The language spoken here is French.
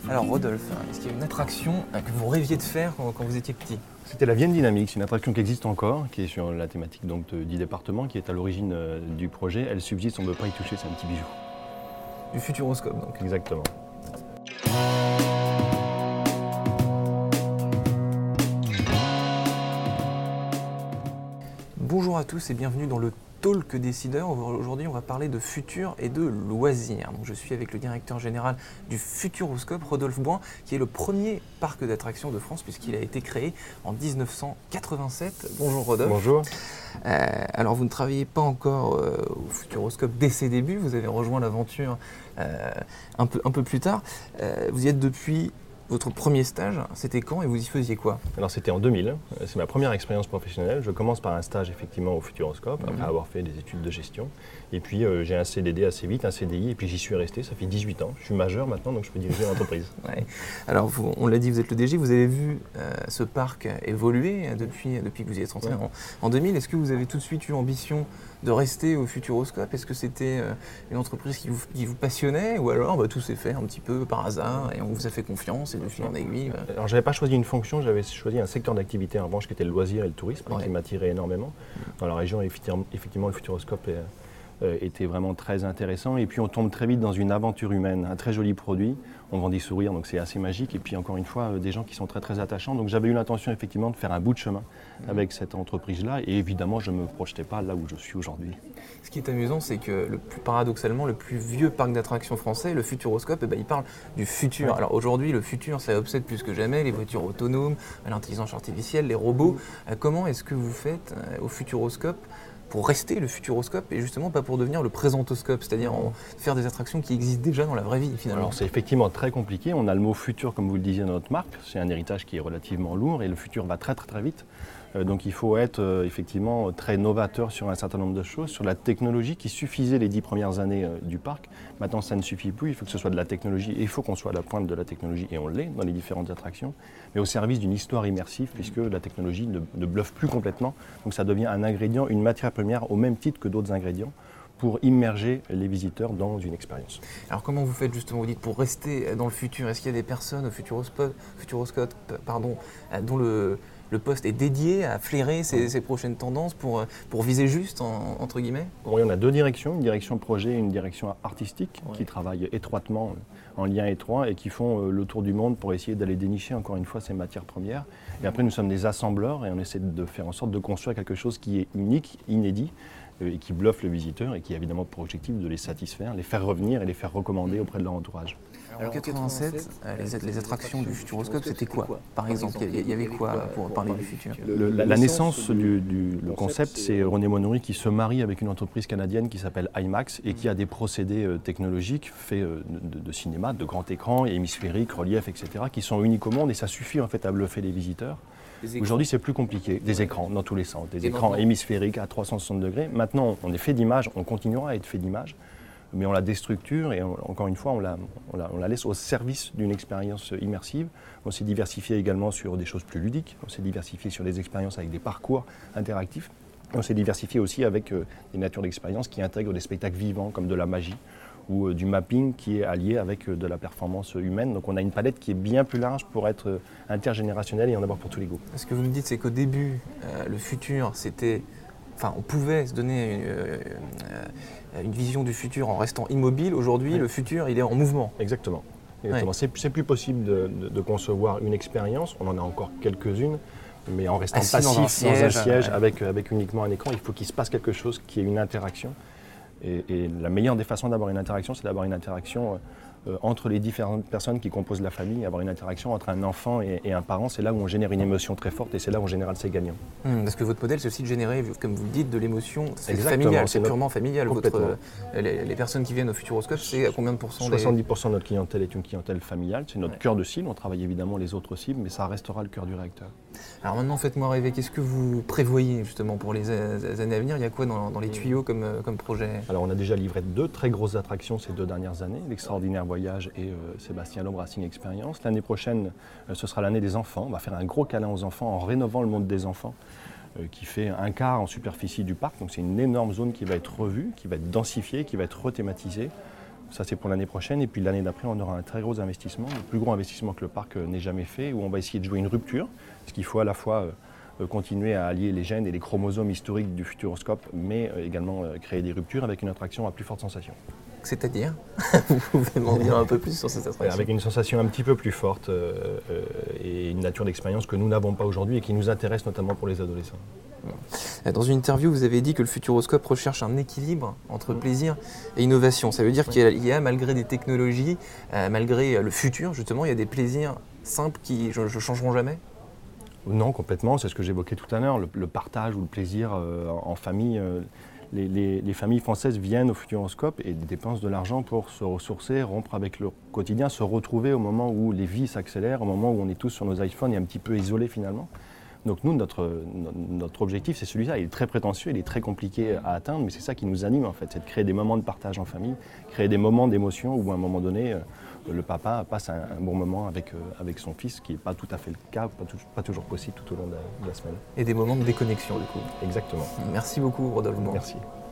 Alors Rodolphe, est-ce qu'il y a une attraction que vous rêviez de faire quand vous étiez petit? C'était la Vienne Dynamique, c'est une attraction qui existe encore, qui est sur la thématique donc, du département, qui est à l'origine du projet. Elle subsiste, on ne peut pas y toucher, c'est un petit bijou. Du Futuroscope donc. Exactement. Bonjour à tous et bienvenue dans le Talk Décideur. Aujourd'hui, on va parler de futur et de loisirs. Donc, je suis avec le directeur général du Futuroscope, Rodolphe Bouin, qui est le premier parc d'attractions de France puisqu'il a été créé en 1987. Bonjour Rodolphe. Bonjour. Alors, vous ne travaillez pas encore au Futuroscope dès ses débuts. Vous avez rejoint l'aventure un peu plus tard. Vous y êtes depuis. Votre premier stage, c'était quand et vous y faisiez quoi? Alors c'était en 2000, c'est ma première expérience professionnelle. Je commence par un stage effectivement au Futuroscope, après avoir fait des études de gestion. Et puis j'ai un CDD assez vite, un CDI, et puis j'y suis resté, ça fait 18 ans. Je suis majeur maintenant, donc je peux diriger l'entreprise. Ouais. Alors on l'a dit, vous êtes le DG, vous avez vu ce parc évoluer depuis que vous y êtes rentré en 2000. Est-ce que vous avez tout de suite eu l'ambition de rester au Futuroscope? Est-ce que c'était une entreprise qui vous passionnait ou alors tout s'est fait un petit peu par hasard et on vous a fait confiance et de fil en aiguille? Alors j'avais pas choisi une fonction, j'avais choisi un secteur d'activité en revanche qui était le loisir et le tourisme, qui m'attirait énormément. Dans la région, effectivement, le Futuroscope était vraiment très intéressant. Et puis on tombe très vite dans une aventure humaine, un très joli produit. On vend des sourires, donc c'est assez magique. Et puis encore une fois, des gens qui sont très très attachants. Donc j'avais eu l'intention effectivement de faire un bout de chemin avec cette entreprise-là. Et évidemment, je ne me projetais pas là où je suis aujourd'hui. Ce qui est amusant, c'est que paradoxalement, le plus vieux parc d'attractions français, le Futuroscope, il parle du futur. Ouais. Alors aujourd'hui, le futur, ça obsède plus que jamais, les voitures autonomes, l'intelligence artificielle, les robots. Comment est-ce que vous faites au Futuroscope pour rester le Futuroscope et justement pas pour devenir le présentoscope, c'est-à-dire faire des attractions qui existent déjà dans la vraie vie finalement? Alors c'est effectivement très compliqué, on a le mot futur comme vous le disiez dans notre marque, c'est un héritage qui est relativement lourd et le futur va très très très vite. Donc il faut être effectivement très novateur sur un certain nombre de choses, sur la technologie qui suffisait les 10 premières années du parc. Maintenant ça ne suffit plus, il faut que ce soit de la technologie et il faut qu'on soit à la pointe de la technologie et on l'est dans les différentes attractions, mais au service d'une histoire immersive puisque la technologie ne bluffe plus complètement. Donc ça devient un ingrédient, une matière première au même titre que d'autres ingrédients pour immerger les visiteurs dans une expérience. Alors comment vous faites justement, vous dites pour rester dans le futur, est-ce qu'il y a des personnes au Futuroscope dont le poste est dédié à flairer ces prochaines tendances pour viser juste, entre guillemets? Oui, on a deux directions, une direction projet et une direction artistique qui travaillent étroitement, en lien étroit et qui font le tour du monde pour essayer d'aller dénicher encore une fois ces matières premières. Et après nous sommes des assembleurs et on essaie de faire en sorte de construire quelque chose qui est unique, inédit et qui bluffe le visiteur et qui a évidemment pour objectif de les satisfaire, les faire revenir et les faire recommander auprès de leur entourage. Alors en 87, les attractions du Futuroscope, c'était quoi par exemple? Il y avait quoi pour parler du futur? La naissance du concept, c'est René Monory qui se marie avec une entreprise canadienne qui s'appelle IMAX et qui a des procédés technologiques faits de cinéma, de grand écran, hémisphérique, relief, etc. qui sont uniques au monde et ça suffit en fait à bluffer les visiteurs. Aujourd'hui, c'est plus compliqué. Des écrans dans tous les sens, des écrans hémisphériques à 360 degrés. Maintenant, on est fait d'images, on continuera à être fait d'images, mais on la déstructure et encore une fois, on la laisse au service d'une expérience immersive. On s'est diversifié également sur des choses plus ludiques. On s'est diversifié sur des expériences avec des parcours interactifs. On s'est diversifié aussi avec des natures d'expériences qui intègrent des spectacles vivants comme de la magie ou du mapping qui est allié avec de la performance humaine. Donc on a une palette qui est bien plus large pour être intergénérationnelle et en avoir pour tous les goûts. Ce que vous me dites, c'est qu'au début, le futur, on pouvait se donner une vision du futur en restant immobile. Aujourd'hui, le futur, il est en mouvement. Exactement. C'est plus possible de concevoir une expérience, on en a encore quelques-unes, mais en restant passif dans un siège avec uniquement un écran, il faut qu'il se passe quelque chose, qui ait une interaction. Et la meilleure des façons d'avoir une interaction, c'est d'avoir une interaction entre les différentes personnes qui composent la famille, avoir une interaction entre un enfant et un parent. C'est là où on génère une émotion très forte et c'est là où en général c'est gagnant. Parce que votre modèle, c'est aussi de générer, comme vous le dites, de l'émotion. C'est familial, c'est purement familial. Les personnes qui viennent au Futuroscope, c'est à combien de pourcents? 70% de notre clientèle est une clientèle familiale. C'est notre cœur de cible. On travaille évidemment les autres cibles, mais ça restera le cœur du réacteur. Alors maintenant, faites-moi rêver. Qu'est-ce que vous prévoyez justement pour les années à venir? Il y a quoi dans les tuyaux comme projet? Alors on a déjà livré 2 très grosses attractions ces 2 dernières années, l'Extraordinaire Voyage et Sébastien Loeb Racing Experience. L'année prochaine, ce sera l'année des enfants. On va faire un gros câlin aux enfants en rénovant le monde des enfants qui fait un quart en superficie du parc. Donc c'est une énorme zone qui va être revue, qui va être densifiée, qui va être rethématisée. Ça, c'est pour l'année prochaine. Et puis l'année d'après, on aura un très gros investissement, le plus gros investissement que le parc n'ait jamais fait, où on va essayer de jouer une rupture, parce qu'il faut à la fois continuer à allier les gènes et les chromosomes historiques du Futuroscope, mais également créer des ruptures avec une attraction à plus forte sensation. C'est-à-dire, vous pouvez m'en dire un peu plus sur cette attraction? Avec une sensation un petit peu plus forte et une nature d'expérience que nous n'avons pas aujourd'hui et qui nous intéresse notamment pour les adolescents. Dans une interview, vous avez dit que le Futuroscope recherche un équilibre entre plaisir et innovation. Ça veut dire qu'il y a, malgré des technologies, malgré le futur, justement, il y a des plaisirs simples qui ne changeront jamais? Non, complètement. C'est ce que j'évoquais tout à l'heure, le partage ou le plaisir en famille. Les familles françaises viennent au Futuroscope et dépensent de l'argent pour se ressourcer, rompre avec leur quotidien, se retrouver au moment où les vies s'accélèrent, au moment où on est tous sur nos iPhones et un petit peu isolés finalement. Donc nous, notre objectif, c'est celui-là. Il est très prétentieux, il est très compliqué à atteindre, mais c'est ça qui nous anime en fait, c'est de créer des moments de partage en famille, créer des moments d'émotion où à un moment donné, le papa passe un bon moment avec son fils, ce qui n'est pas tout à fait le cas, pas toujours possible tout au long de la semaine. Et des moments de déconnexion du coup. Exactement. Merci beaucoup Rodolphe Moore. Merci.